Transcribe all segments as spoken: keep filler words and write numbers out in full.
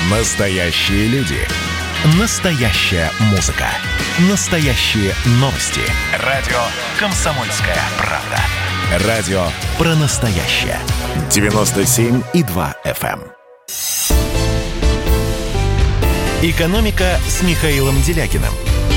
Настоящие люди. Настоящая музыка. Настоящие новости. Радио «Комсомольская правда». Радио про настоящее. девяносто семь и два эф эм. «Экономика» с Михаилом Делякиным.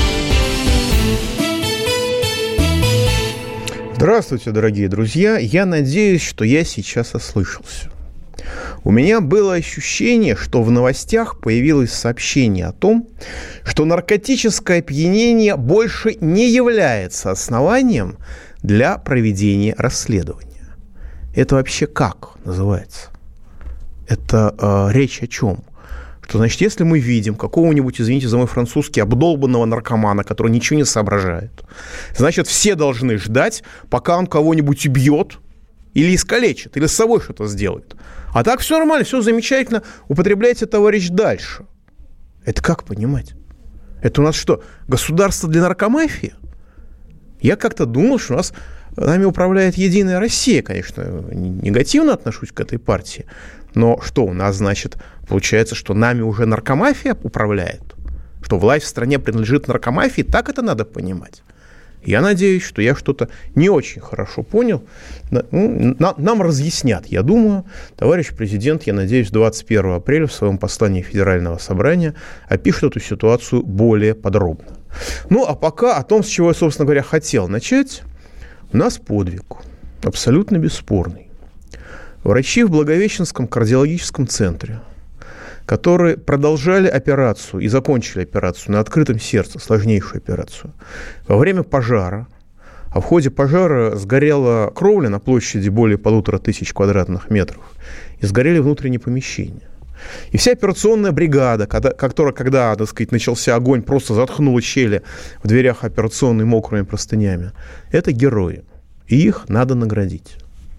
Здравствуйте, дорогие друзья. Я надеюсь, что я сейчас ослышался. У меня было ощущение, что в новостях появилось сообщение о том, что наркотическое опьянение больше не является основанием для проведения расследования. Это вообще как называется? Это э, речь о чем? Что значит, если мы видим какого-нибудь, извините за мой французский, обдолбанного наркомана, который ничего не соображает, значит, все должны ждать, пока он кого-нибудь убьет или искалечит, или с собой что-то сделает. А так все нормально, все замечательно, употребляйте, товарищ, дальше. Это как понимать? Это у нас что, государство для наркомафии? Я как-то думал, что у нас нами управляет Единая Россия, конечно, негативно отношусь к этой партии, но что у нас, значит, получается, что нами уже наркомафия управляет? Что власть в стране принадлежит наркомафии? Так это надо понимать. Я надеюсь, что я что-то не очень хорошо понял. Ну, нам разъяснят, я думаю. Товарищ президент, я надеюсь, двадцать первого апреля в своем послании Федерального собрания опишет эту ситуацию более подробно. Ну, а пока о том, с чего я, собственно говоря, хотел начать. У нас подвиг, абсолютно бесспорный. Врачи в Благовещенском кардиологическом центре, которые продолжали операцию и закончили операцию на открытом сердце, сложнейшую операцию, во время пожара, а в ходе пожара сгорела кровля на площади более полутора тысяч квадратных метров, и сгорели внутренние помещения. И вся операционная бригада, когда, которая, когда, так сказать, начался огонь, просто заткнула щели в дверях операционной мокрыми простынями, это герои, и их надо наградить.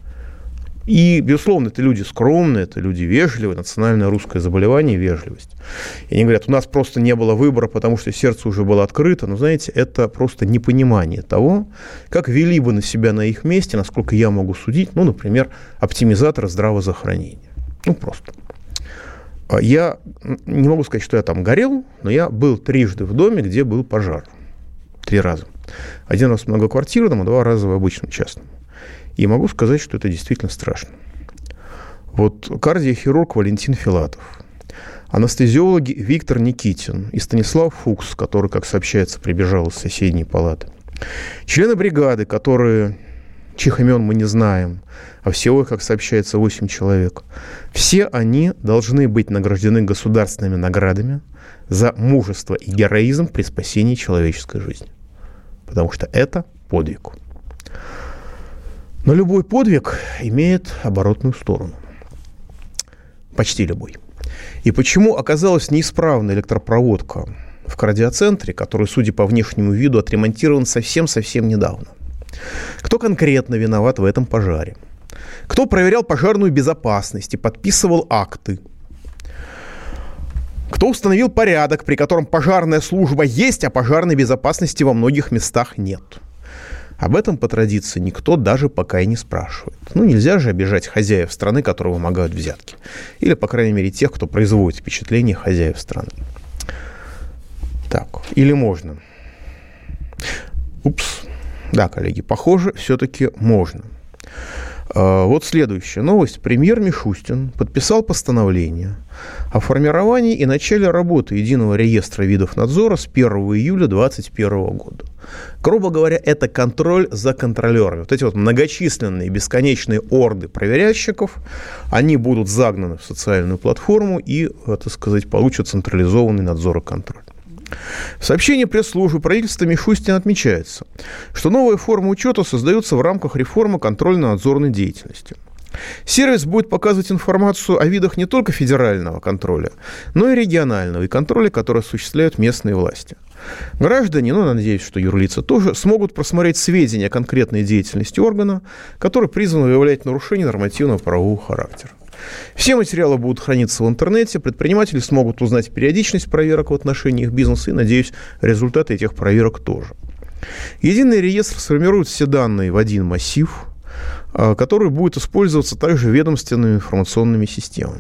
И, безусловно, это люди скромные, это люди вежливые, национальное русское заболевание – вежливость. И они говорят, у нас просто не было выбора, потому что сердце уже было открыто. Но, знаете, это просто непонимание того, как вели бы на себя на их месте, насколько я могу судить, ну, например, оптимизаторы здравоохранения. Ну, просто. Я не могу сказать, что я там горел, но я был трижды в доме, где был пожар. Три раза. Один раз в многоквартирном, а два раза в обычном частном. И могу сказать, что это действительно страшно. Вот кардиохирург Валентин Филатов, анестезиологи Виктор Никитин и Станислав Фукс, который, как сообщается, прибежал из соседней палаты, члены бригады, которые, чьих имен мы не знаем, а всего, как сообщается, восемь человек, все они должны быть награждены государственными наградами за мужество и героизм при спасении человеческой жизни. Потому что это подвиг. Но любой подвиг имеет оборотную сторону. Почти любой. И почему оказалась неисправна электропроводка в кардиоцентре, который, судя по внешнему виду, отремонтирован совсем-совсем недавно? Кто конкретно виноват в этом пожаре? Кто проверял пожарную безопасность и подписывал акты? Кто установил порядок, при котором пожарная служба есть, а пожарной безопасности во многих местах нет? Об этом, по традиции, никто даже пока и не спрашивает. Ну, нельзя же обижать хозяев страны, которые вымогают взятки. Или, по крайней мере, тех, кто производит впечатление хозяев страны. Так, или можно. Упс. Да, коллеги, похоже, все-таки можно. Вот следующая новость. Премьер Мишустин подписал постановление о формировании и начале работы единого реестра видов надзора с первого июля двадцать первого года. Грубо говоря, это контроль за контролерами. Вот эти вот многочисленные бесконечные орды проверяльщиков, они будут загнаны в социальную платформу и, так сказать, получат централизованный надзор и контроль. В сообщении пресс-службы правительства Мишустина отмечается, что новая форма учета создается в рамках реформы контрольно-надзорной деятельности. Сервис будет показывать информацию о видах не только федерального контроля, но и регионального, и контроля, который осуществляют местные власти. Граждане, ну, надеюсь, что юрлица тоже, смогут просмотреть сведения о конкретной деятельности органа, который призван выявлять нарушения нормативного правового характера. Все материалы будут храниться в интернете, предприниматели смогут узнать периодичность проверок в отношении их бизнеса и, надеюсь, результаты этих проверок тоже. Единый реестр сформирует все данные в один массив, который будет использоваться также ведомственными информационными системами.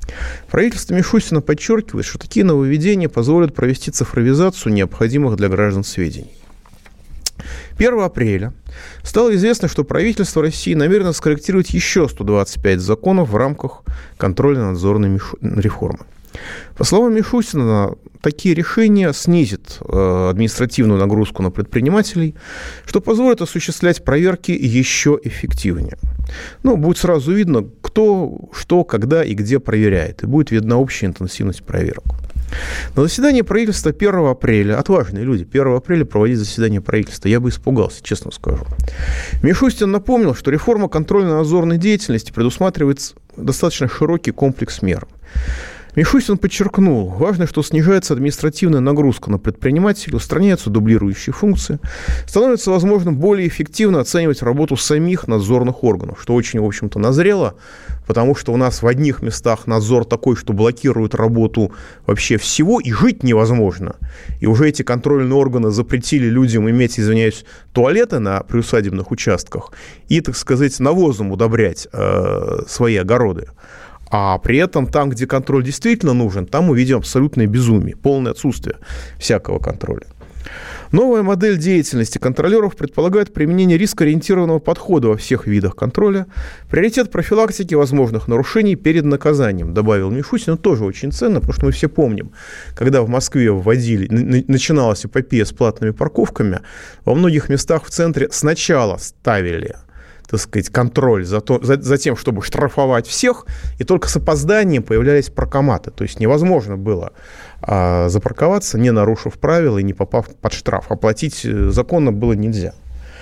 Правительство Мишустина подчеркивает, что такие нововведения позволят провести цифровизацию необходимых для граждан сведений. первого апреля стало известно, что правительство России намерено скорректировать еще сто двадцать пять законов в рамках контрольно-надзорной реформы. По словам Мишустина, такие решения снизят административную нагрузку на предпринимателей, что позволит осуществлять проверки еще эффективнее. Ну, будет сразу видно, кто, что, когда и где проверяет, и будет видна общая интенсивность проверок. На заседании правительства первого апреля, отважные люди, первого апреля проводить заседание правительства, я бы испугался, честно скажу. Мишустин напомнил, что реформа контрольно-надзорной деятельности предусматривает достаточно широкий комплекс мер. Мишустин подчеркнул, важно, что снижается административная нагрузка на предпринимателей, устраняются дублирующие функции, становится возможным более эффективно оценивать работу самих надзорных органов, что очень, в общем-то, назрело, потому что у нас в одних местах надзор такой, что блокирует работу вообще всего, и жить невозможно. И уже эти контрольные органы запретили людям иметь, извиняюсь, туалеты на приусадебных участках и, так сказать, навозом удобрять э, свои огороды. А при этом там, где контроль действительно нужен, там мы видим абсолютное безумие, полное отсутствие всякого контроля. Новая модель деятельности контролеров предполагает применение рискоориентированного подхода во всех видах контроля, приоритет профилактики возможных нарушений перед наказанием, добавил Мишустин. Это тоже очень ценно, потому что мы все помним, когда в Москве вводили, начиналась эпопея с платными парковками, во многих местах в центре сначала ставили, так сказать, контроль за, то, за, за тем, чтобы штрафовать всех, и только с опозданием появлялись паркоматы. То есть невозможно было а, запарковаться, не нарушив правила и не попав под штраф. Оплатить законно было нельзя.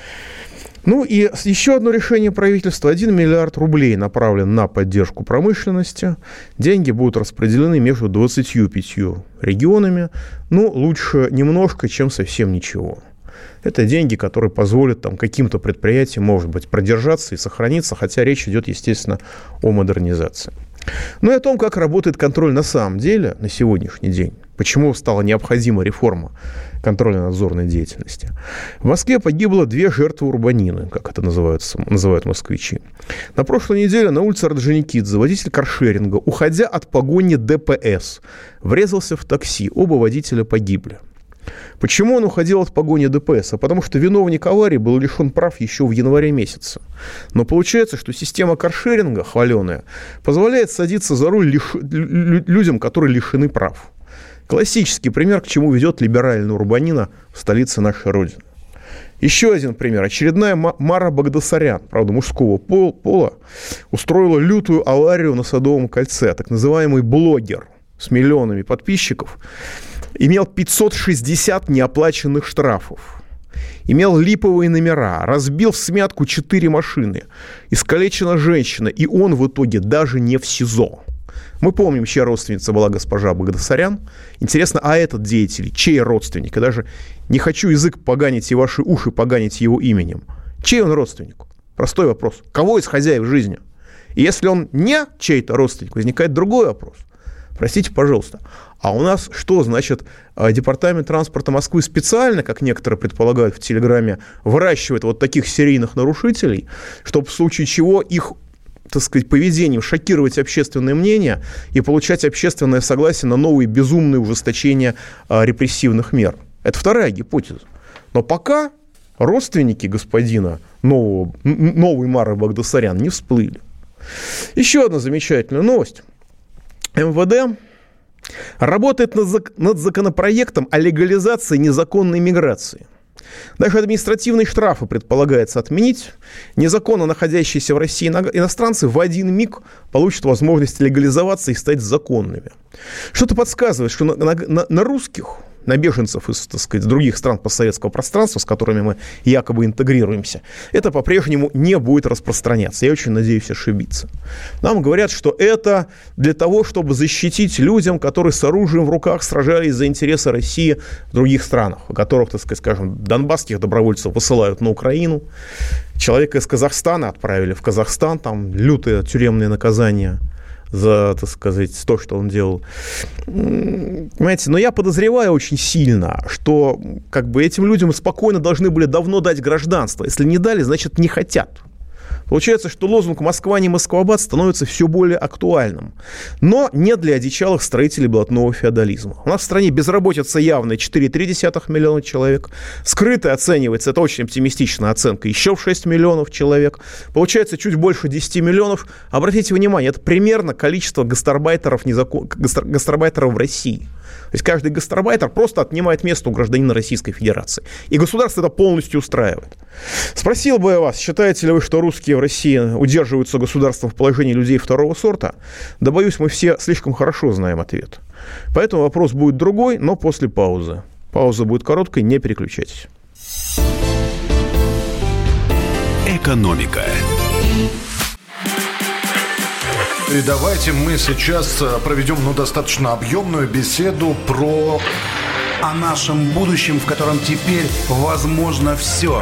Ну и еще одно решение правительства. один миллиард рублей направлен на поддержку промышленности. Деньги будут распределены между двадцатью пятью регионами. Ну, лучше немножко, чем совсем ничего. Это деньги, которые позволят там, каким-то предприятиям, может быть, продержаться и сохраниться, хотя речь идет, естественно, о модернизации. Ну и о том, как работает контроль на самом деле на сегодняшний день. Почему стала необходима реформа контрольно-надзорной деятельности. В Москве погибло две жертвы урбанины, как это называются, называют москвичи. На прошлой неделе на улице Орджоникидзе водитель каршеринга, уходя от погони ДПС, врезался в такси. Оба водителя погибли. Почему он уходил от погони ДПС? А потому что виновник аварии был лишен прав еще в январе месяце. Но получается, что система каршеринга, хваленая, позволяет садиться за руль лиш... людям, которые лишены прав. Классический пример, к чему ведет либеральная урбанина в столице нашей Родины. Еще один пример. Очередная Мара Багдасарян, правда, мужского пола, устроила лютую аварию на Садовом кольце. Так называемый блогер с миллионами подписчиков имел пятьсот шестьдесят неоплаченных штрафов, имел липовые номера, разбил в смятку четыре машины, искалечена женщина, и он в итоге даже не в СИЗО. Мы помним, чья родственница была госпожа Багдасарян. Интересно, а этот деятель, чей родственник? Я даже не хочу язык поганить и ваши уши поганить его именем. Чей он родственник? Простой вопрос. Кого из хозяев жизни? И если он не чей-то родственник, возникает другой вопрос. Простите, пожалуйста, а у нас что, значит, Департамент транспорта Москвы специально, как некоторые предполагают в Телеграме, выращивает вот таких серийных нарушителей, чтобы в случае чего их, так сказать, поведением шокировать общественное мнение и получать общественное согласие на новые безумные ужесточения репрессивных мер? Это вторая гипотеза. Но пока родственники господина нового, новой Мары Багдасарян не всплыли. Еще одна замечательная новость. эм вэ дэ работает над законопроектом о легализации незаконной миграции. Даже административные штрафы предполагается отменить. Незаконно находящиеся в России иностранцы в один миг получат возможность легализоваться и стать законными. Что-то подсказывает, что на, на, на русских, на беженцев из, так сказать, других стран постсоветского пространства, с которыми мы якобы интегрируемся, это по-прежнему не будет распространяться. Я очень надеюсь ошибиться. Нам говорят, что это для того, чтобы защитить людям, которые с оружием в руках сражались за интересы России в других странах, у которых, так сказать, скажем, донбасских добровольцев высылают на Украину. Человека из Казахстана отправили в Казахстан, там лютое тюремное наказание за, так сказать, то, что он делал. Понимаете, но я подозреваю очень сильно, что как бы этим людям спокойно должны были давно дать гражданство. Если не дали, значит, не хотят. Получается, что лозунг «Москва не Москвабад» становится все более актуальным. Но не для одичалых строителей блатного феодализма. У нас в стране безработица явная четыре целых три десятых миллиона человек. Скрытая оценивается, это очень оптимистичная оценка, еще в шесть миллионов человек. Получается чуть больше десять миллионов. Обратите внимание, это примерно количество гастарбайтеров, незакон... гастарбайтеров в России. То есть каждый гастарбайтер просто отнимает место у гражданина Российской Федерации. И государство это полностью устраивает. Спросил бы я вас, считаете ли вы, что русские в России удерживаются государством в положении людей второго сорта? Да, боюсь, мы все слишком хорошо знаем ответ. Поэтому вопрос будет другой, но после паузы. Пауза будет короткой, не переключайтесь. Экономика. И давайте мы сейчас проведем ну, достаточно объемную беседу про... о нашем будущем, в котором теперь возможно все.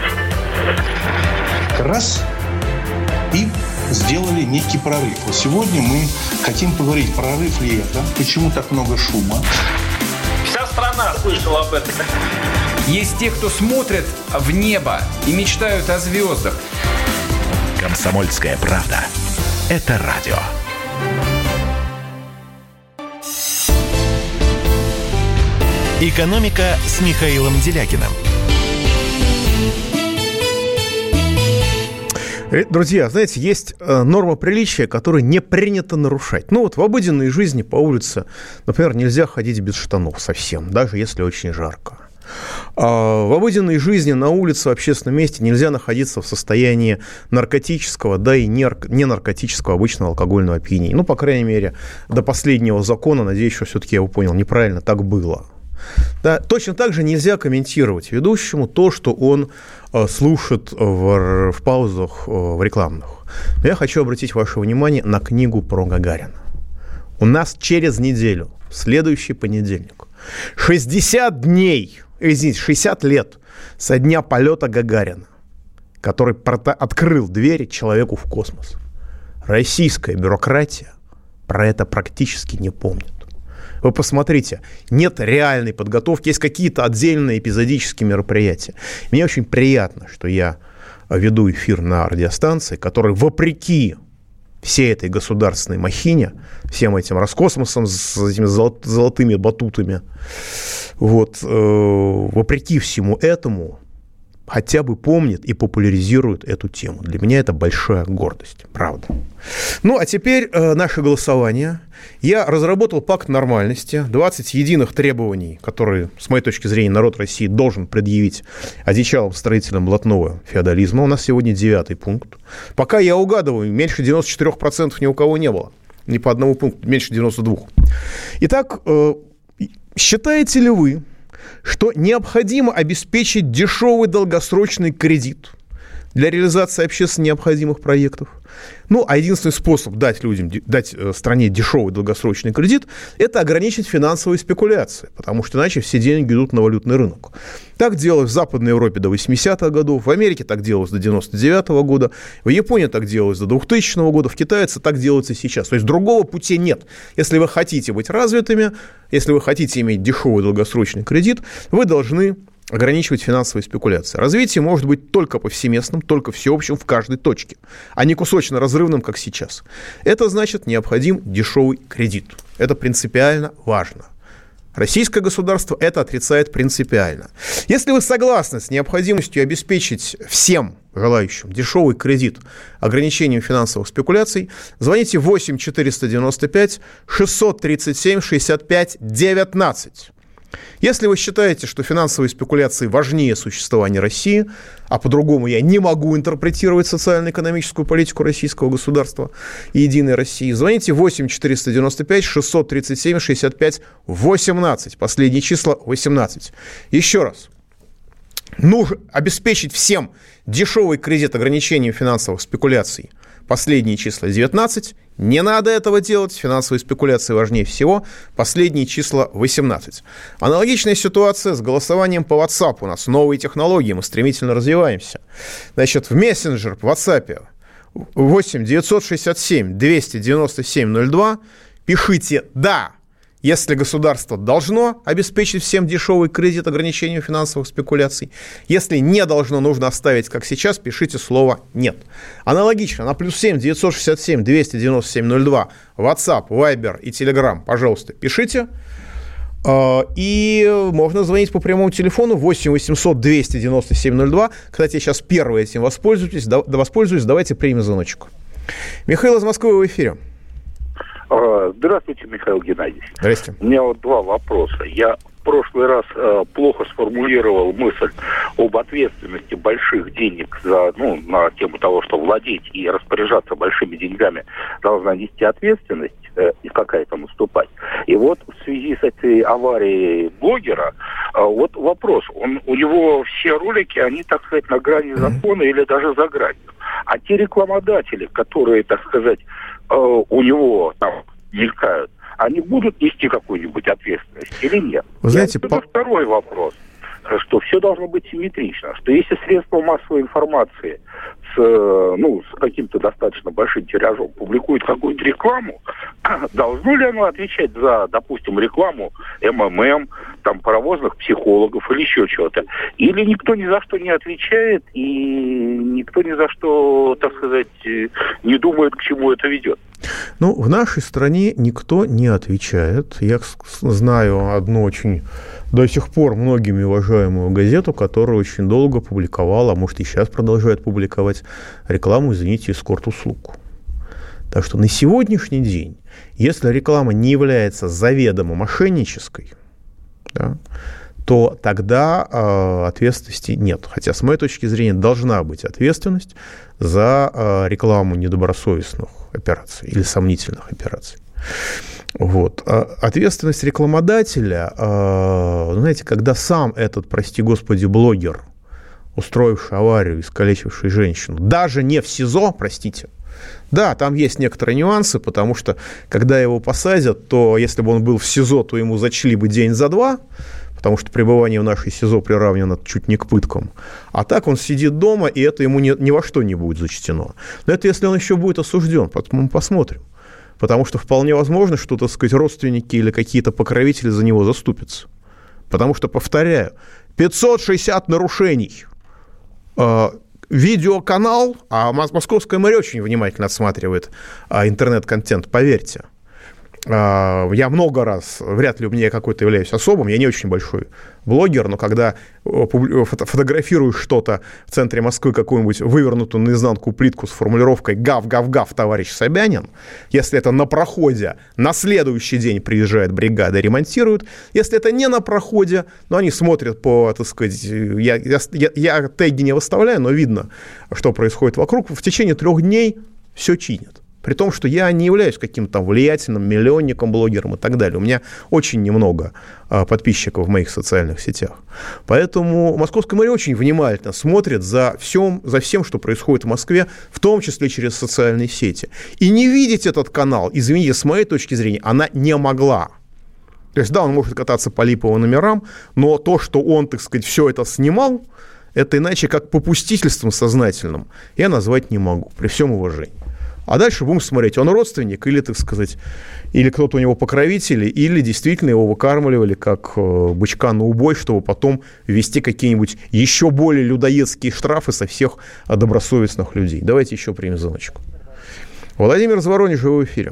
Раз и сделали некий прорыв. Вот сегодня мы хотим поговорить, прорыв ли это, почему так много шума. Вся страна слышала об этом. Есть те, кто смотрят в небо и мечтают о звездах. «Комсомольская правда» — это радио. «Экономика» с Михаилом Делякиным. Друзья, знаете, есть норма приличия, которую не принято нарушать. Ну вот в обыденной жизни по улице, например, нельзя ходить без штанов совсем, даже если очень жарко. А в обыденной жизни на улице, в общественном месте нельзя находиться в состоянии наркотического, да и не наркотического обычного алкогольного опьянения. Ну, по крайней мере, до последнего закона, надеюсь, что все-таки я его понял неправильно, так было. Да, точно так же нельзя комментировать ведущему то, что он э, слушает в, в паузах э, в рекламных. Но я хочу обратить ваше внимание на книгу про Гагарина. У нас через неделю, в следующий понедельник, шестьдесят дней, извините, шестьдесят лет со дня полета Гагарина, который прота- открыл двери человеку в космос. Российская бюрократия про это практически не помнит. Вы посмотрите, нет реальной подготовки, есть какие-то отдельные эпизодические мероприятия. Мне очень приятно, что я веду эфир на радиостанции, который вопреки всей этой государственной махине, всем этим Роскосмосом с этими золотыми батутами, вот, э, вопреки всему этому, хотя бы помнит и популяризирует эту тему. Для меня это большая гордость, правда. Ну, а теперь э, наше голосование. Я разработал пакт нормальности, двадцать единых требований, которые, с моей точки зрения, народ России должен предъявить одичалым строителям блатного феодализма. У нас сегодня девятый пункт. Пока я угадываю, меньше девяносто четыре процента ни у кого не было. Ни по одному пункту, меньше девяносто два процента. Итак, э, считаете ли вы, что необходимо обеспечить дешевый долгосрочный кредит для реализации общественно необходимых проектов? Ну, а единственный способ дать людям, дать стране дешевый долгосрочный кредит – это ограничить финансовые спекуляции, потому что иначе все деньги идут на валютный рынок. Так делалось в Западной Европе до восьмидесятых годов, в Америке так делалось до девяносто девятого года, в Японии так делалось до двухтысячного года, в Китае так делается сейчас. То есть другого пути нет. Если вы хотите быть развитыми, если вы хотите иметь дешевый долгосрочный кредит, вы должны ограничивать финансовые спекуляции. Развитие может быть только повсеместным, только всеобщим в каждой точке, а не кусочно-разрывным, как сейчас. Это значит, необходим дешевый кредит. Это принципиально важно. Российское государство это отрицает принципиально. Если вы согласны с необходимостью обеспечить всем желающим дешевый кредит ограничением финансовых спекуляций, звоните восемь четыреста девяносто пять шестьсот тридцать семь шестьдесят пять девятнадцать. Если вы считаете, что финансовые спекуляции важнее существования России, а по-другому я не могу интерпретировать социально-экономическую политику российского государства и Единой России, звоните восемь четыреста девяносто пять шестьсот тридцать семь шестьдесят пять восемнадцать. Последние числа восемнадцать. Еще раз. Нужно обеспечить всем дешевый кредит ограничением финансовых спекуляций. Последние числа девятнадцать. Не надо этого делать. Финансовые спекуляции важнее всего. Последние числа восемнадцать. Аналогичная ситуация с голосованием по WhatsApp. У нас новые технологии, мы стремительно развиваемся. Значит, в мессенджер, в WhatsApp восемь девятьсот шестьдесят семь двести девяносто семь ноль два пишите «Да». если государство должно обеспечить всем дешевый кредит, ограничению финансовых спекуляций. Если не должно, нужно оставить, как сейчас, пишите слово «нет». Аналогично, на плюс семь девятьсот шестьдесят семь двести девяносто семь ноль два WhatsApp, Viber и Telegram, пожалуйста, пишите. И можно звонить по прямому телефону восемь восемьсот двести девяносто семь ноль два. Кстати, я сейчас первый этим воспользуюсь. Да, воспользуюсь. Давайте примем звоночек. Михаил из Москвы в эфире. Здравствуйте, Михаил Геннадьевич. Здрасте. У меня вот два вопроса. Я в прошлый раз э, плохо сформулировал мысль об ответственности больших денег за, ну, на тему того, что владеть и распоряжаться большими деньгами должна нести ответственность э, и какая-то наступать. И вот в связи с этой аварией блогера, э, вот вопрос. Он, у него все ролики, они, так сказать, на грани закона или даже за гранью. А те рекламодатели, которые, так сказать, э, у него там мелькают, они будут нести какую-нибудь ответственность или нет? Вы знаете, по... Второй вопрос, что все должно быть симметрично, что если средства массовой информации с, ну, с каким-то достаточно большим тиражом публикует какую-то рекламу, должно ли оно отвечать за, допустим, рекламу эм эм эм, там, паровозных психологов или еще чего-то? Или никто ни за что не отвечает и никто ни за что, так сказать, не думает, к чему это ведет? Ну, в нашей стране никто не отвечает. Я знаю одну очень до сих пор многими уважаемую газету, которая очень долго публиковала, а может и сейчас продолжает публиковать рекламу, извините, эскорт-услуг. Так что на сегодняшний день, если реклама не является заведомо мошеннической, да, то тогда э, ответственности нет. Хотя, с моей точки зрения, должна быть ответственность за э, рекламу недобросовестных операций или сомнительных операций. Вот. Ответственность рекламодателя, э, знаете, когда сам этот, прости господи, блогер, устроивший аварию, искалечивший женщину, даже не в СИЗО, простите, да, там есть некоторые нюансы, потому что, когда его посадят, то если бы он был в СИЗО, то ему зачли бы день за два, потому что пребывание в нашей СИЗО приравнено чуть не к пыткам. А так он сидит дома, и это ему ни, ни во что не будет зачтено. Но это если он еще будет осужден, потом мы посмотрим. Потому что вполне возможно, что, так сказать, родственники или какие-то покровители за него заступятся. Потому что, повторяю, пятьсот шестьдесят нарушений. Видеоканал, а Московская мэрия очень внимательно отсматривает интернет-контент, поверьте. Я много раз, вряд ли у меня какой-то являюсь особым, я не очень большой блогер, но когда фотографируешь что-то в центре Москвы, какую-нибудь вывернутую наизнанку плитку с формулировкой «Гав-гав-гав, товарищ Собянин», если это на проходе, на следующий день приезжает бригада, ремонтируют. Если это не на проходе, но они смотрят по, так сказать, я, я, я теги не выставляю, но видно, что происходит вокруг, в течение трех дней все чинят. При том, что я не являюсь каким-то там влиятельным миллионником, блогером и так далее. У меня очень немного а, подписчиков в моих социальных сетях. Поэтому Московская мэрия очень внимательно смотрит за всем, за всем, что происходит в Москве, в том числе через социальные сети. И не видеть этот канал, извините, с моей точки зрения, она не могла. То есть, да, он может кататься по липовым номерам, но то, что он, так сказать, все это снимал, это иначе как попустительством сознательным я назвать не могу, при всем уважении. А дальше будем смотреть, он родственник или, так сказать, или кто-то у него покровители, или действительно его выкармливали как бычка на убой, чтобы потом ввести какие-нибудь еще более людоедские штрафы со всех добросовестных людей. Давайте еще примем звоночку. Владимир из Воронежа в эфире.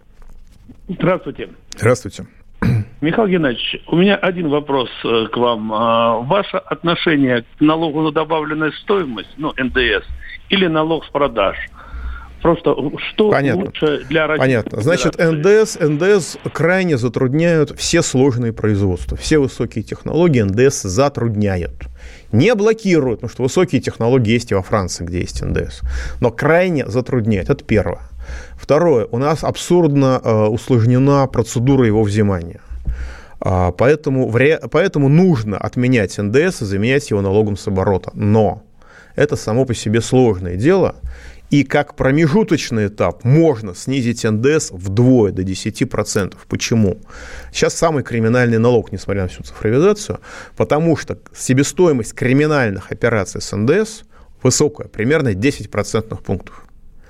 Здравствуйте. Здравствуйте. Михаил Геннадьевич, у меня один вопрос к вам. Ваше отношение к налогу на добавленную стоимость, ну, эн дэ эс, или налог с продаж? Просто что Понятно. лучше для России? Понятно. Значит, эн дэ эс, эн дэ эс крайне затрудняют все сложные производства. Все высокие технологии эн дэ эс затрудняют. Не блокируют, потому что высокие технологии есть и во Франции, где есть эн дэ эс. Но крайне затрудняют. Это первое. Второе. У нас абсурдно э, усложнена процедура его взимания. А, поэтому, вре, поэтому нужно отменять эн дэ эс и заменять его налогом с оборота. Но это само по себе сложное дело. И как промежуточный этап можно снизить эн дэ эс вдвое, до десять процентов. Почему? Сейчас самый криминальный налог, несмотря на всю цифровизацию, потому что себестоимость криминальных операций с эн дэ эс высокая, примерно десять процентных пунктов.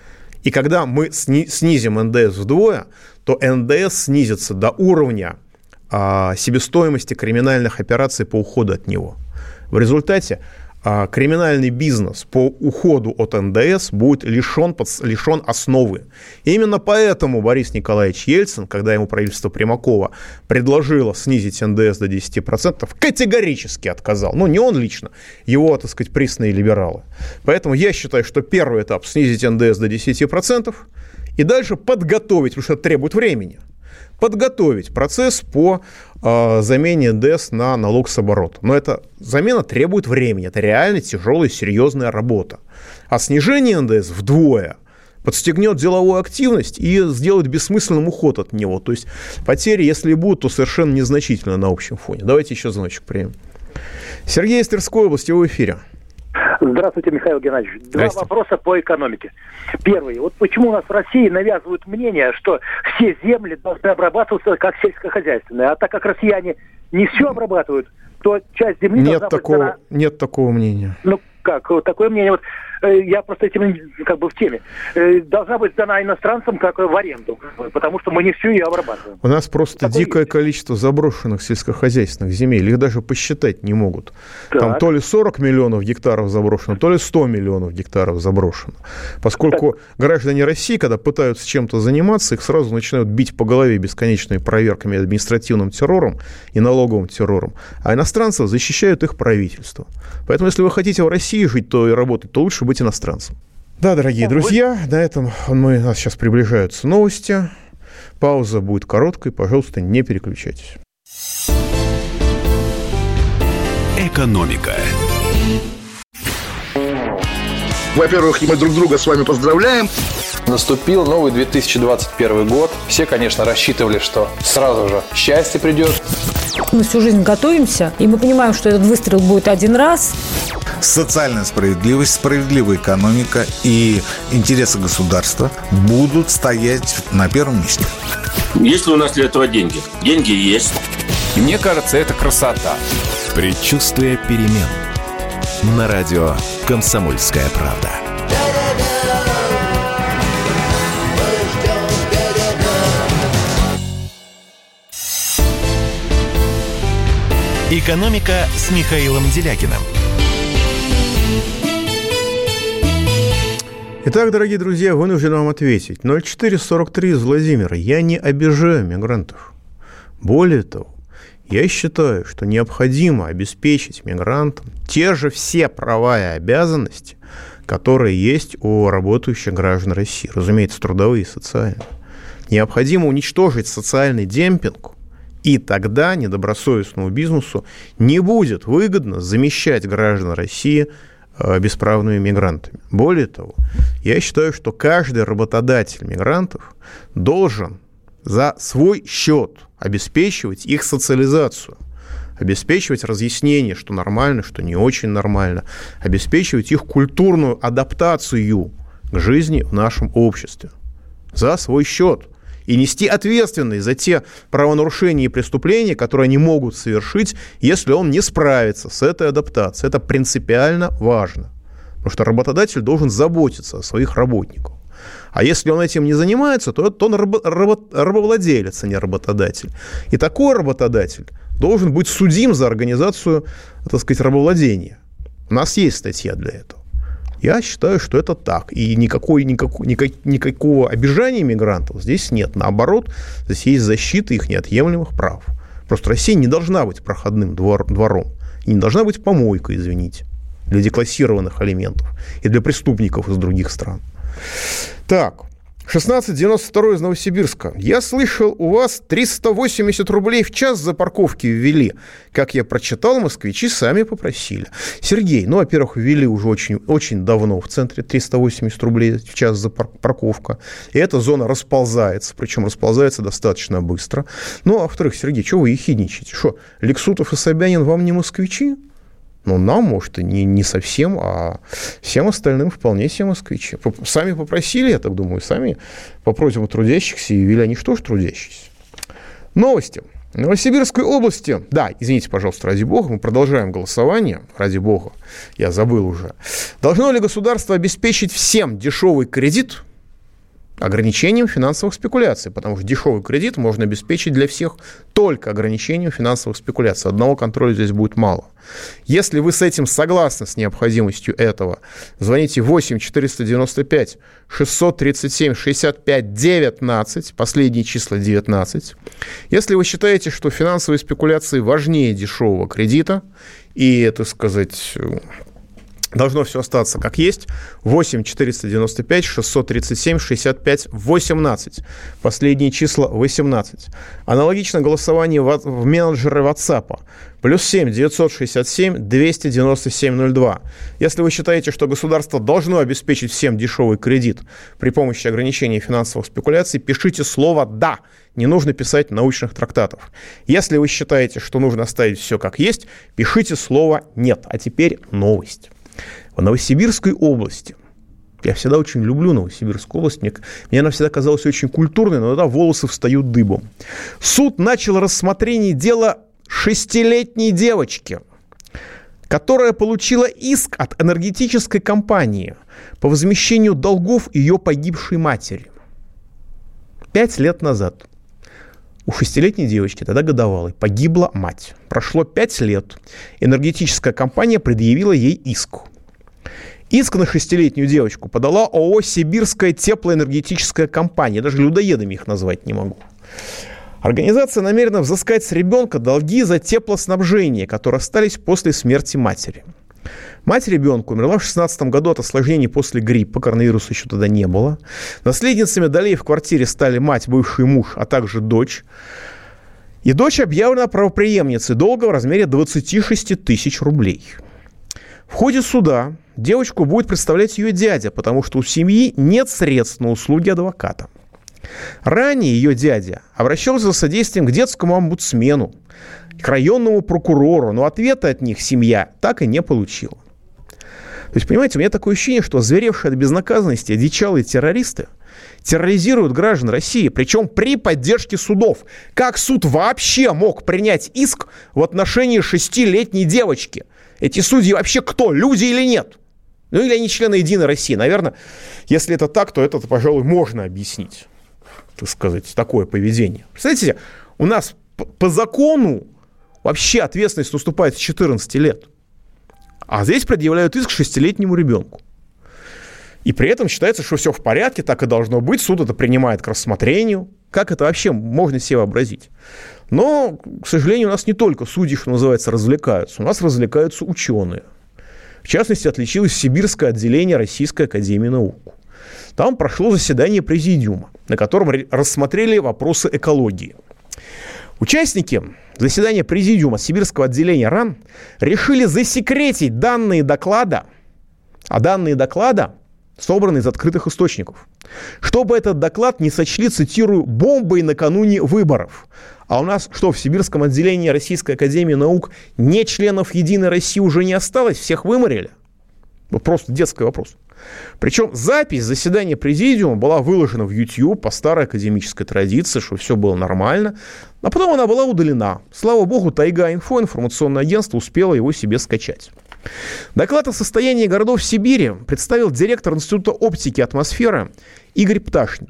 И когда мы снизим эн дэ эс вдвое, то эн дэ эс снизится до уровня а, себестоимости криминальных операций по уходу от него. В результате а, криминальный бизнес по уходу от эн дэ эс будет лишен, лишен основы. И именно поэтому Борис Николаевич Ельцин, когда ему правительство Примакова предложило снизить эн дэ эс до десять процентов, категорически отказал. Ну, не он лично, его, так сказать, присные либералы. Поэтому я считаю, что первый этап — снизить эн дэ эс до десять процентов и дальше подготовить, потому что это требует времени, подготовить процесс по э, замене эн дэ эс на налог с оборота. Но эта замена требует времени. Это реально тяжелая, серьезная работа. А снижение эн дэ эс вдвое подстегнет деловую активность и сделает бессмысленным уход от него. То есть потери, если и будут, то совершенно незначительно на общем фоне. Давайте еще звоночек примем. Сергей из Тверской области, в эфире. Здравствуйте, Михаил Геннадьевич. Два вопроса по экономике. Первый. Вот почему у нас в России навязывают мнение, что все земли должны обрабатываться как сельскохозяйственные, а так как россияне не все обрабатывают, то часть земли нет должна такого, быть дана... Нет такого мнения. Ну как? Вот такое мнение. Вот я просто этим как бы в теме. Должна быть дана иностранцам как в аренду, потому что мы не всю ее обрабатываем. У нас просто такое дикое есть. Количество заброшенных сельскохозяйственных земель. Их даже посчитать не могут. Так. Там то ли сорок миллионов гектаров заброшено, то ли сто миллионов гектаров заброшено. Поскольку так. граждане России, когда пытаются чем-то заниматься, их сразу начинают бить по голове бесконечными проверками, административным террором и налоговым террором. А иностранцев защищают их правительство. Поэтому, если вы хотите в России жить, то и работать, то лучше быть иностранцем. Да, дорогие друзья, на этом мы, у нас сейчас приближаются новости. Пауза будет короткой, пожалуйста, не переключайтесь. Экономика. Во-первых, мы друг друга с вами поздравляем. Наступил новый две тысячи двадцать первый год. Все, конечно, рассчитывали, что сразу же счастье придет. Мы всю жизнь готовимся, и мы понимаем, что этот выстрел будет один раз. Социальная справедливость, справедливая экономика и интересы государства будут стоять на первом месте. Есть ли у нас для этого деньги? Деньги есть. Мне кажется, это красота. Предчувствие перемен. На радио «Комсомольская правда». «Экономика» с Михаилом Делякиным. Итак, дорогие друзья, вынужден вам ответить. ноль четыре сорок три из Владимира. Я не обижаю мигрантов. Более того, я считаю, что необходимо обеспечить мигрантам те же все права и обязанности, которые есть у работающих граждан России. Разумеется, трудовые и социальные. Необходимо уничтожить социальный демпинг, и тогда недобросовестному бизнесу не будет выгодно замещать граждан России бесправными мигрантами. Более того, я считаю, что каждый работодатель мигрантов должен за свой счет обеспечивать их социализацию, обеспечивать разъяснение, что нормально, что не очень нормально, обеспечивать их культурную адаптацию к жизни в нашем обществе за свой счет. И нести ответственность за те правонарушения и преступления, которые они могут совершить, если он не справится с этой адаптацией. Это принципиально важно. Потому что работодатель должен заботиться о своих работниках. А если он этим не занимается, то он рабо- рабо- рабовладелец, а не работодатель. И такой работодатель должен быть судим за организацию, так сказать, рабовладения. У нас есть статья для этого. Я считаю, что это так. И никакой, никакой, никак, никакого обижания мигрантов здесь нет. Наоборот, здесь есть защита их неотъемлемых прав. Просто Россия не должна быть проходным двор, двором. И не должна быть помойкой, извините, для деклассированных алиментов и для преступников из других стран. Так, шестнадцать девяносто два из Новосибирска. Я слышал, у вас триста восемьдесят рублей в час за парковки ввели. Как я прочитал, москвичи сами попросили. Сергей, ну, во-первых, ввели уже очень, очень давно в центре триста восемьдесят рублей в час за парковка. И эта зона расползается, причем расползается достаточно быстро. Ну, а во-вторых, Сергей, что вы ехидничаете? Что, Лексутов и Собянин вам не москвичи? Ну, нам, может, и не, не совсем, а всем остальным вполне себе москвичи. Сами попросили, я так думаю, сами по просьбам трудящихся, и ввели они что ж трудящиеся. Новости. В Новосибирской области, да, извините, пожалуйста, ради бога, мы продолжаем голосование, ради бога, я забыл уже. Должно ли государство обеспечить всем дешевый кредит Ограничением финансовых спекуляций, потому что дешевый кредит можно обеспечить для всех только ограничением финансовых спекуляций. Одного контроля здесь будет мало. Если вы с этим согласны, с необходимостью этого, звоните восемь четыреста девяносто пять шестьсот тридцать семь шестьдесят пять девятнадцать, последние числа девятнадцать. Если вы считаете, что финансовые спекуляции важнее дешевого кредита, и, так сказать, должно все остаться как есть, восемь четыреста девяносто пять шестьсот тридцать семь шестьдесят пять восемнадцать. Последние числа восемнадцать. Аналогично голосование в, в менеджеры WhatsApp. Плюс семь девятьсот шестьдесят семь двести девяносто семь ноль два. Если вы считаете, что государство должно обеспечить всем дешевый кредит при помощи ограничения финансовых спекуляций, пишите слово «да». Не нужно писать научных трактатов. Если вы считаете, что нужно оставить все как есть, пишите слово «нет». А теперь новость. В Новосибирской области, я всегда очень люблю Новосибирскую область, мне, мне она всегда казалась очень культурной, но тогда волосы встают дыбом. Суд начал рассмотрение дела шестилетней девочки, которая получила иск от энергетической компании по возмещению долгов ее погибшей матери. Пять лет назад у шестилетней девочки, тогда годовалой, погибла мать. Прошло пять лет. Энергетическая компания предъявила ей иск. Иск на шестилетнюю девочку подала ООО «Сибирская теплоэнергетическая компания». Даже людоедами их назвать не могу. Организация намерена взыскать с ребенка долги за теплоснабжение, которые остались после смерти матери. Мать ребенка умерла в шестнадцатом году от осложнений после гриппа, коронавируса еще тогда не было. Наследницами долей в квартире стали мать, бывший муж, а также дочь. И дочь объявлена правопреемницей долга в размере двадцать шесть тысяч рублей. В ходе суда девочку будет представлять ее дядя, потому что у семьи нет средств на услуги адвоката. Ранее ее дядя обращался за содействием к детскому омбудсмену, к районному прокурору, но ответа от них семья так и не получила. То есть, понимаете, у меня такое ощущение, что озверевшие от безнаказанности одичалые террористы терроризируют граждан России, причем при поддержке судов. Как суд вообще мог принять иск в отношении шестилетней девочки? Эти судьи вообще кто, люди или нет? Ну или они члены Единой России? Наверное, если это так, то это, пожалуй, можно объяснить, так сказать, такое поведение. Представляете, у нас по закону вообще ответственность наступает с четырнадцати лет. А здесь предъявляют иск шестилетнему ребенку. И при этом считается, что все в порядке, так и должно быть. Суд это принимает к рассмотрению. Как это вообще можно себе вообразить? Но, к сожалению, у нас не только судьи, что называется, развлекаются. У нас развлекаются ученые. В частности, отличилось Сибирское отделение Российской академии наук. Там прошло заседание президиума, на котором рассмотрели вопросы экологии. Участники заседания президиума Сибирского отделения РАН решили засекретить данные доклада, а данные доклада собраны из открытых источников, чтобы этот доклад не сочли, цитирую, бомбой накануне выборов. А у нас что, в Сибирском отделении Российской академии наук не членов Единой России уже не осталось? Всех выморили? Вот просто детский вопрос. Причем запись заседания президиума была выложена в YouTube по старой академической традиции, что все было нормально. А потом она была удалена. Слава богу, Тайга-Инфо, информационное агентство, успело его себе скачать. Доклад о состоянии городов Сибири представил директор Института оптики и атмосферы Игорь Пташник.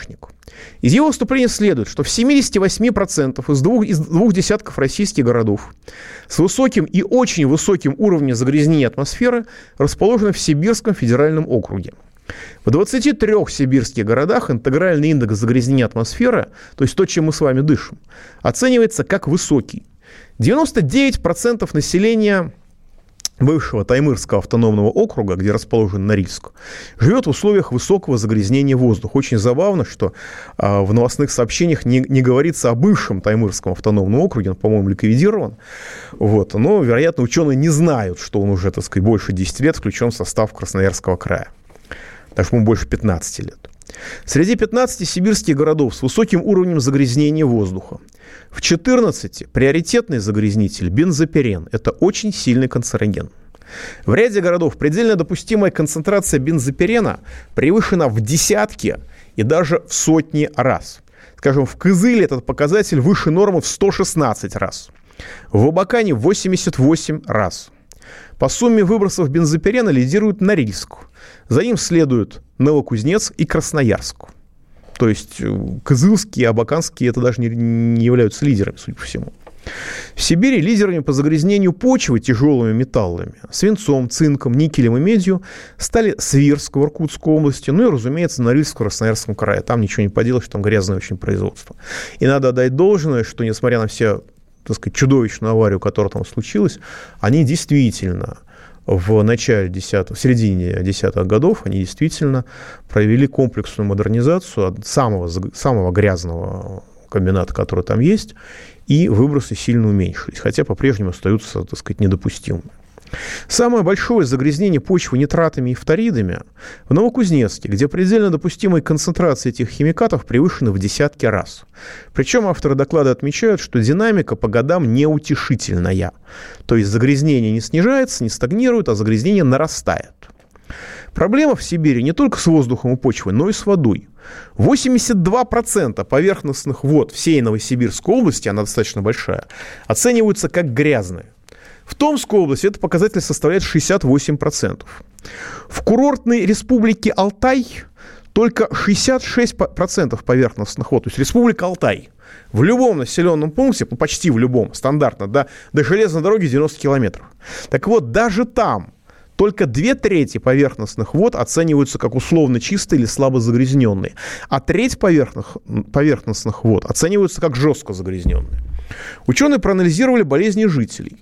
Из его выступления следует, что в семьдесят восемь процентов из двух, из двух десятков российских городов с высоким и очень высоким уровнем загрязнения атмосферы расположены в Сибирском федеральном округе. В двадцати трёх сибирских городах интегральный индекс загрязнения атмосферы, то есть то, чем мы с вами дышим, оценивается как высокий. девяносто девять процентов населения бывшего Таймырского автономного округа, где расположен Норильск, живет в условиях высокого загрязнения воздуха. Очень забавно, что а, в новостных сообщениях не, не говорится о бывшем Таймырском автономном округе, он, по-моему, ликвидирован. Вот. Но, вероятно, ученые не знают, что он уже, так сказать, больше десяти лет включен в состав Красноярского края. Так что ему больше пятнадцати лет. Среди пятнадцати сибирских городов с высоким уровнем загрязнения воздуха в четырнадцати приоритетный загрязнитель бензопирен. Это очень сильный канцероген. В ряде городов предельно допустимая концентрация бензопирена превышена в десятки и даже в сотни раз. Скажем, в Кызыле этот показатель выше нормы в сто шестнадцать раз. В Абакане в восемьдесят восемь раз. По сумме выбросов бензопирена лидирует Норильск. За ним следуют Новокузнецк и Красноярск. То есть кызылские, абаканские это даже не, не являются лидерами, судя по всему. В Сибири лидерами по загрязнению почвы тяжелыми металлами, свинцом, цинком, никелем и медью стали Свирск в Иркутской области, ну и, разумеется, Норильск в Красноярском крае. Там ничего не поделаешь, там грязное очень производство. И надо отдать должное, что, несмотря на все, так сказать, чудовищную аварию, которая там случилась, они действительно в начале десятых, в середине десятых годов, они действительно провели комплексную модернизацию от самого, самого грязного комбината, который там есть, и выбросы сильно уменьшились, хотя по-прежнему остаются, так сказать, недопустимыми. Самое большое загрязнение почвы нитратами и фторидами в Новокузнецке, где предельно допустимые концентрации этих химикатов превышены в десятки раз. Причем авторы доклада отмечают, что динамика по годам неутешительная. То есть загрязнение не снижается, не стагнирует, а загрязнение нарастает. Проблема в Сибири не только с воздухом и почвой, но и с водой. восемьдесят два процента поверхностных вод всей Новосибирской области, она достаточно большая, оцениваются как грязные. В Томской области этот показатель составляет шестьдесят восемь процентов. В курортной республике Алтай только шестьдесят шесть процентов поверхностных вод. То есть республика Алтай. В любом населенном пункте, почти в любом, стандартно, до, до железной дороги девяносто километров. Так вот, даже там только две трети поверхностных вод оцениваются как условно чистые или слабо загрязненные, а треть поверхностных, поверхностных вод оцениваются как жестко загрязненные. Ученые проанализировали болезни жителей.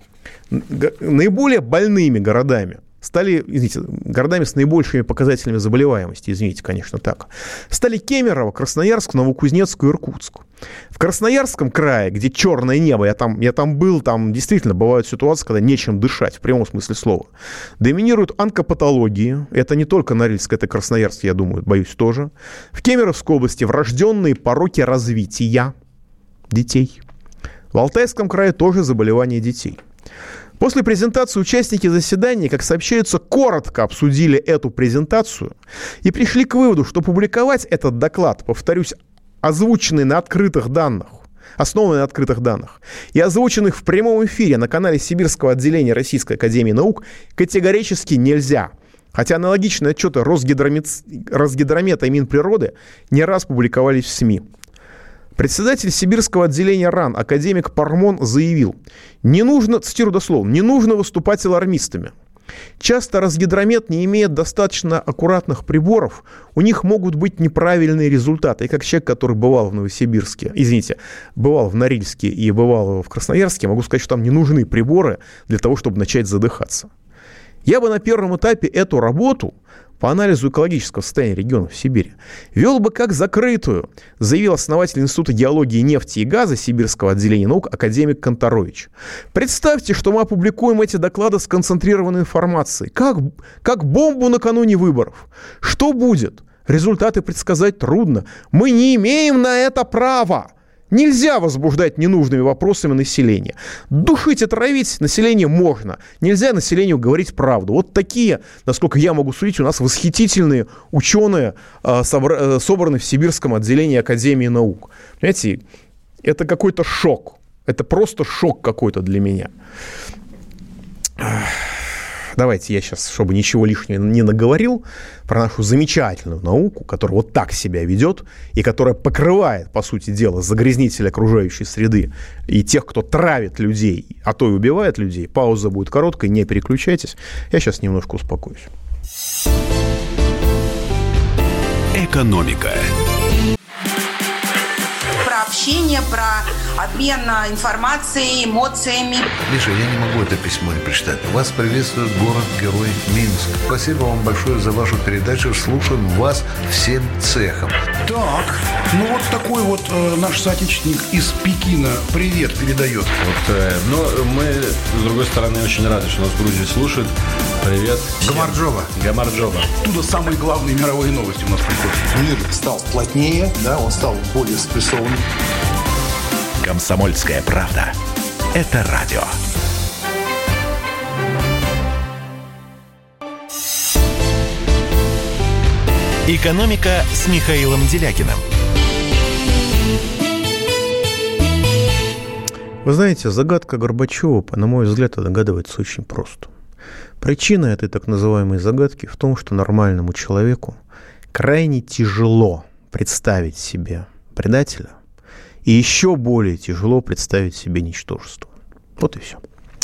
Наиболее больными городами стали, извините, городами с наибольшими показателями заболеваемости, извините, конечно, так, стали Кемерово, Красноярск, Новокузнецк и Иркутск. В Красноярском крае, где черное небо, я там, я там был, там действительно бывают ситуации, когда нечем дышать, в прямом смысле слова. Доминируют онкопатологии, это не только Норильск, это Красноярск, я думаю, боюсь тоже. В Кемеровской области врожденные пороки развития детей. В Алтайском крае тоже заболевания детей. После презентации участники заседания, как сообщается, коротко обсудили эту презентацию и пришли к выводу, что публиковать этот доклад, повторюсь, озвученный на открытых данных, основанный на открытых данных, и озвученных в прямом эфире на канале Сибирского отделения Российской академии наук, категорически нельзя. Хотя аналогичные отчеты Росгидромет... Росгидромета и Минприроды не раз публиковались в СМИ. Председатель Сибирского отделения РАН, академик Пармон, заявил: не нужно, цитирую дословно, не нужно выступать алармистами. Часто Росгидромет не имеет достаточно аккуратных приборов, у них могут быть неправильные результаты. И как человек, который бывал в Новосибирске, извините, бывал в Норильске и бывал в Красноярске, могу сказать, что там не нужны приборы для того, чтобы начать задыхаться. Я бы на первом этапе эту работу по анализу экологического состояния регионов Сибири вел бы как закрытую, заявил основатель Института геологии, нефти и газа Сибирского отделения наук академик Конторович. Представьте, что мы опубликуем эти доклады с концентрированной информацией, как, как бомбу накануне выборов. Что будет? Результаты предсказать трудно. Мы не имеем на это права. Нельзя возбуждать ненужными вопросами население. Душить и травить население можно. Нельзя населению говорить правду. Вот такие, насколько я могу судить, у нас восхитительные ученые, собраны в Сибирском отделении Академии наук. Понимаете, это какой-то шок. Это просто шок какой-то для меня. Давайте я сейчас, чтобы ничего лишнего не наговорил, про нашу замечательную науку, которая вот так себя ведет и которая покрывает, по сути дела, загрязнителей окружающей среды и тех, кто травит людей, а то и убивает людей. Пауза будет короткой, не переключайтесь. Я сейчас немножко успокоюсь. Экономика. Про общение, про обмен информацией, эмоциями. Миша, я не могу это письмо не прочитать. Вас приветствует город-герой Минск. Спасибо вам большое за вашу передачу. Слушаем вас всем цехом. Так, ну вот такой вот э, наш соотечественник из Пекина привет передает. Вот, э, но мы, с другой стороны, очень рады, что нас в Грузии слушают. Привет. Гамарджоба. Гамарджоба. Оттуда самые главные мировые новости у нас приходят. Мир стал плотнее, да, он стал более спрессованным. «Комсомольская правда». Это радио. «Экономика» с Михаилом Делякиным. Вы знаете, загадка Горбачева, на мой взгляд, догадывается очень просто. Причина этой так называемой загадки в том, что нормальному человеку крайне тяжело представить себе предателя, и еще более тяжело представить себе ничтожество. Вот и все.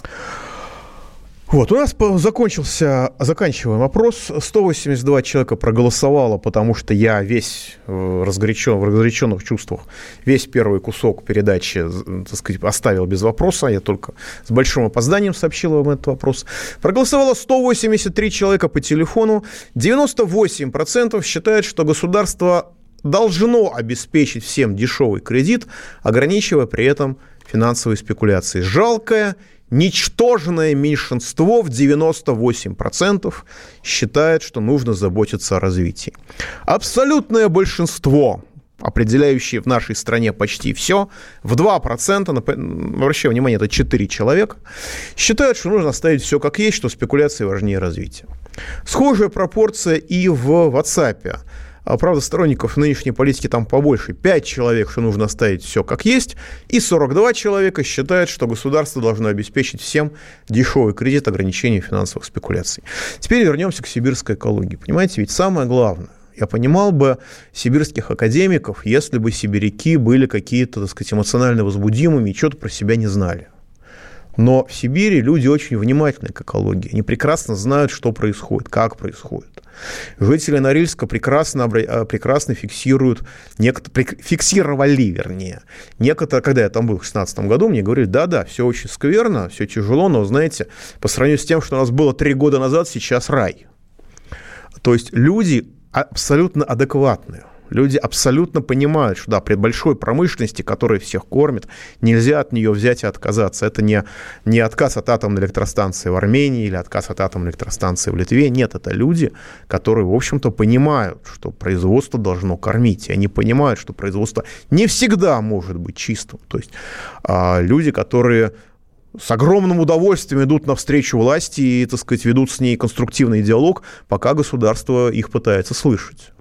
Вот, у нас закончился, заканчиваем опрос. сто восемьдесят два человека проголосовало, потому что я весь разгорячен, в разгоряченных чувствах, весь первый кусок передачи, так сказать, оставил без вопроса. Я только с большим опозданием сообщил вам этот вопрос. Проголосовало сто восемьдесят три человека по телефону. девяносто восемь процентов считают, что государство должно обеспечить всем дешевый кредит, ограничивая при этом финансовые спекуляции. Жалкое, ничтожное меньшинство в девяносто восемь процентов считает, что нужно заботиться о развитии. Абсолютное большинство, определяющее в нашей стране почти все, в два процента, обращаю внимание, это четыре человека, считают, что нужно оставить все как есть, что спекуляции важнее развития. Схожая пропорция и в WhatsApp. Правда, сторонников нынешней политики там побольше. пять человек, что нужно оставить все как есть, и сорок два человека считают, что государство должно обеспечить всем дешевый кредит, ограничение финансовых спекуляций. Теперь вернемся к сибирской экологии. Понимаете, ведь самое главное, я понимал бы сибирских академиков, если бы сибиряки были какие-то, так сказать, эмоционально возбудимыми и что-то про себя не знали. Но в Сибири люди очень внимательны к экологии. Они прекрасно знают, что происходит, как происходит. Жители Норильска прекрасно, прекрасно фиксируют, некотор, фиксировали, вернее, некоторые, когда я там был в шестнадцатом году, мне говорили, да-да, все очень скверно, все тяжело, но, знаете, по сравнению с тем, что у нас было три года назад, сейчас рай. То есть люди абсолютно адекватные. Люди абсолютно понимают, что да, при большой промышленности, которая всех кормит, нельзя от нее взять и отказаться. Это не, не отказ от атомной электростанции в Армении или отказ от атомной электростанции в Литве. Нет, это люди, которые, в общем-то, понимают, что производство должно кормить. И они понимают, что производство не всегда может быть чистым. То есть а, люди, которые с огромным удовольствием идут навстречу власти и, так сказать, ведут с ней конструктивный диалог, пока государство их пытается слышать.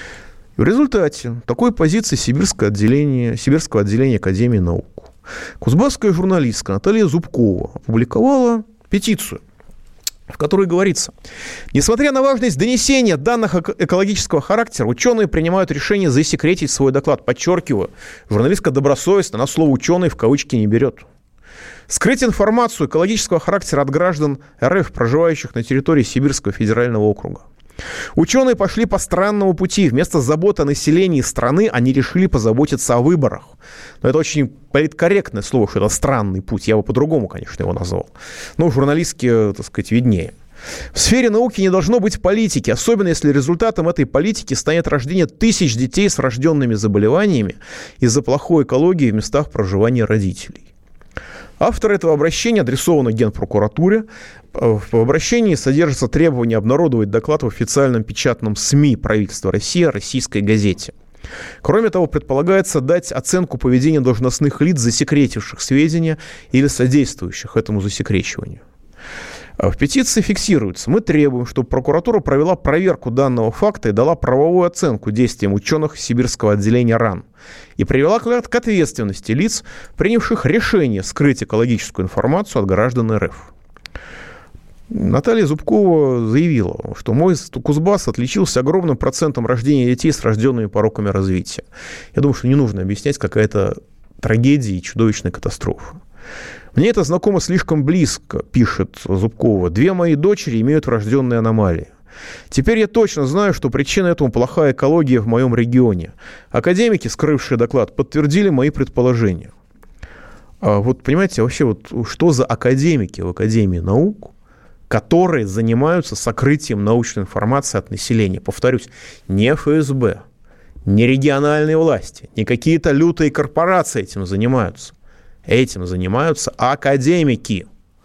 В результате такой позиции сибирского отделения, сибирского отделения Академии наук кузбасская журналистка Наталья Зубкова опубликовала петицию, в которой говорится: несмотря на важность донесения данных экологического характера, ученые принимают решение засекретить свой доклад. Подчеркиваю, журналистка добросовестно, она слово «ученый» в кавычки не берет. Скрыть информацию экологического характера от граждан РФ, проживающих на территории Сибирского федерального округа. Ученые пошли по странному пути. Вместо заботы о населении страны они решили позаботиться о выборах. Но это очень политкорректное слово, что это странный путь. Я бы по-другому, конечно, его назвал. Но журналистски, так сказать, виднее. В сфере науки не должно быть политики, особенно если результатом этой политики станет рождение тысяч детей с врожденными заболеваниями из-за плохой экологии в местах проживания родителей. Автор этого обращения адресовано Генпрокуратуре. В обращении содержится требование обнародовать доклад в официальном печатном СМИ правительства России, российской газете. Кроме того, предполагается дать оценку поведения должностных лиц, засекретивших сведения или содействующих этому засекречиванию. В петиции фиксируется: мы требуем, чтобы прокуратура провела проверку данного факта и дала правовую оценку действиям ученых сибирского отделения РАН и привела к ответственности лиц, принявших решение скрыть экологическую информацию от граждан РФ. Наталья Зубкова заявила, что мой Кузбасс отличился огромным процентом рождения детей с рожденными пороками развития. Я думаю, что не нужно объяснять, какая-то трагедия и чудовищная катастрофа. Мне это знакомо слишком близко, пишет Зубкова. Две мои дочери имеют врожденные аномалии. Теперь я точно знаю, что причина этому плохая экология в моем регионе. Академики, скрывшие доклад, подтвердили мои предположения. А вот, понимаете, вообще, вот что за академики в Академии наук, которые занимаются сокрытием научной информации от населения? Повторюсь, не эф эс бэ, не региональные власти, не какие-то лютые корпорации этим занимаются. Этим занимаются академики.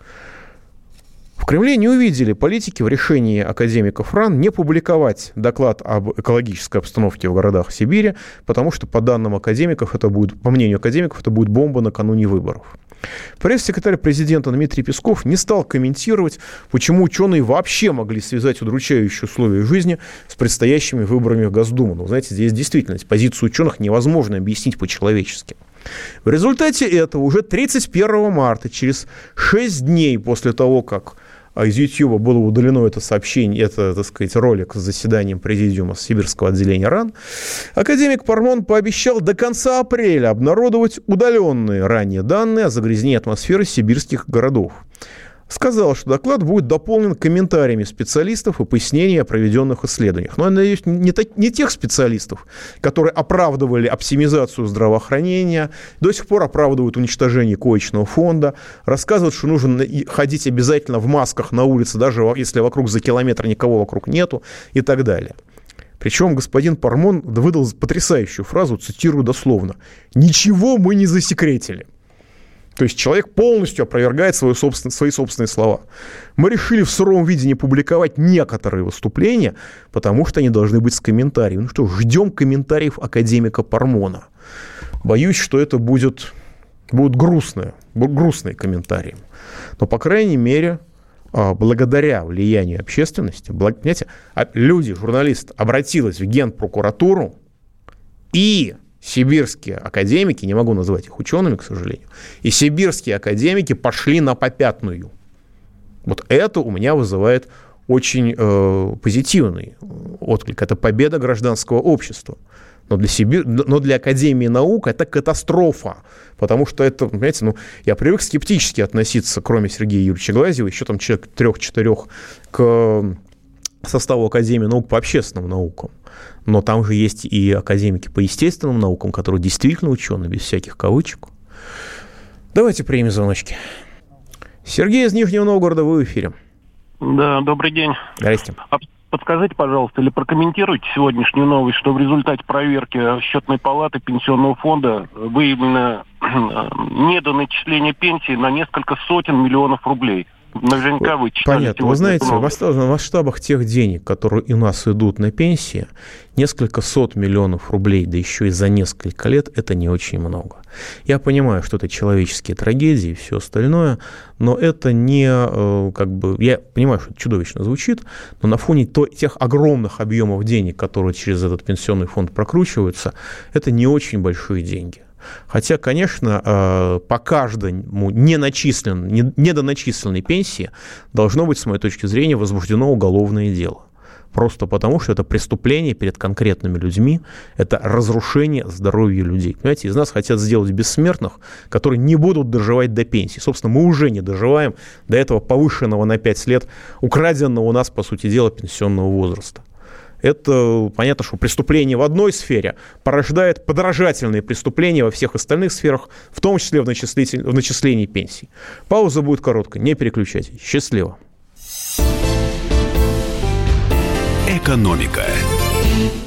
В Кремле не увидели политики в решении академиков РАН не публиковать доклад об экологической обстановке в городах Сибири, потому что, по данным академиков, это будет, по мнению академиков, это будет бомба накануне выборов. Пресс-секретарь президента Дмитрий Песков не стал комментировать, почему ученые вообще могли связать удручающие условия жизни с предстоящими выборами в Госдуму. Но, знаете, здесь действительно позицию ученых невозможно объяснить по-человечески. В результате этого уже тридцать первого марта, через шесть дней после того, как из YouTube было удалено это сообщение, это, так сказать, ролик с заседанием президиума Сибирского отделения РАН, академик Пармон пообещал до конца апреля обнародовать удаленные ранее данные о загрязнении атмосферы сибирских городов. Сказал, что доклад будет дополнен комментариями специалистов и пояснениями о проведенных исследованиях. Но, я надеюсь, не, не тех специалистов, которые оправдывали оптимизацию здравоохранения, до сих пор оправдывают уничтожение коечного фонда, рассказывают, что нужно ходить обязательно в масках на улице, даже если вокруг за километр никого вокруг нету и так далее. Причем господин Пармон выдал потрясающую фразу, цитирую дословно: «Ничего мы не засекретили». То есть человек полностью опровергает свои собственные, свои собственные слова. Мы решили в сыром виде не публиковать некоторые выступления, потому что они должны быть с комментарием. Ну что, ждем комментариев академика Пармона. Боюсь, что это будет, будут грустные, грустные комментарии. Но, по крайней мере, благодаря влиянию общественности, понимаете, люди, журналисты, обратились в Генпрокуратуру, и сибирские академики, не могу назвать их учеными, к сожалению, и сибирские академики пошли на попятную. Вот это у меня вызывает очень э, позитивный отклик. Это победа гражданского общества. Но для, Сибирь, но для Академии наук это катастрофа. Потому что это, понимаете, ну, я привык скептически относиться, кроме Сергея Юрьевича Глазьева, еще там человек трех-четырех, к составу Академии наук по общественным наукам. Но там же есть и академики по естественным наукам, которые действительно ученые, без всяких кавычек. Давайте примем звоночки. Сергей из Нижнего Новгорода, вы в эфире. Да, добрый день. Здрасте. А подскажите, пожалуйста, или прокомментируйте сегодняшнюю новость, что в результате проверки Счетной палаты Пенсионного фонда выявлено недоначисление пенсии на несколько сотен миллионов рублей. Наверняка вы читали. Понятно. Вы знаете, в масштабах тех денег, которые у нас идут на пенсии, несколько сот миллионов рублей, да еще и за несколько лет, это не очень много. Я понимаю, что это человеческие трагедии и все остальное, но это не, как бы, я понимаю, что это чудовищно звучит, но на фоне тех огромных объемов денег, которые через этот пенсионный фонд прокручиваются, это не очень большие деньги. Хотя, конечно, по каждому неначисленной, недоначисленной пенсии должно быть, с моей точки зрения, возбуждено уголовное дело. Просто потому, что это преступление перед конкретными людьми, это разрушение здоровья людей. Понимаете, из нас хотят сделать бессмертных, которые не будут доживать до пенсии. Собственно, мы уже не доживаем до этого повышенного на пять лет, украденного у нас, по сути дела, пенсионного возраста. Это понятно, что преступление в одной сфере порождает подражательные преступления во всех остальных сферах, в том числе в начислении, в начислении пенсий. Пауза будет короткой, не переключайтесь. Счастливо. Экономика.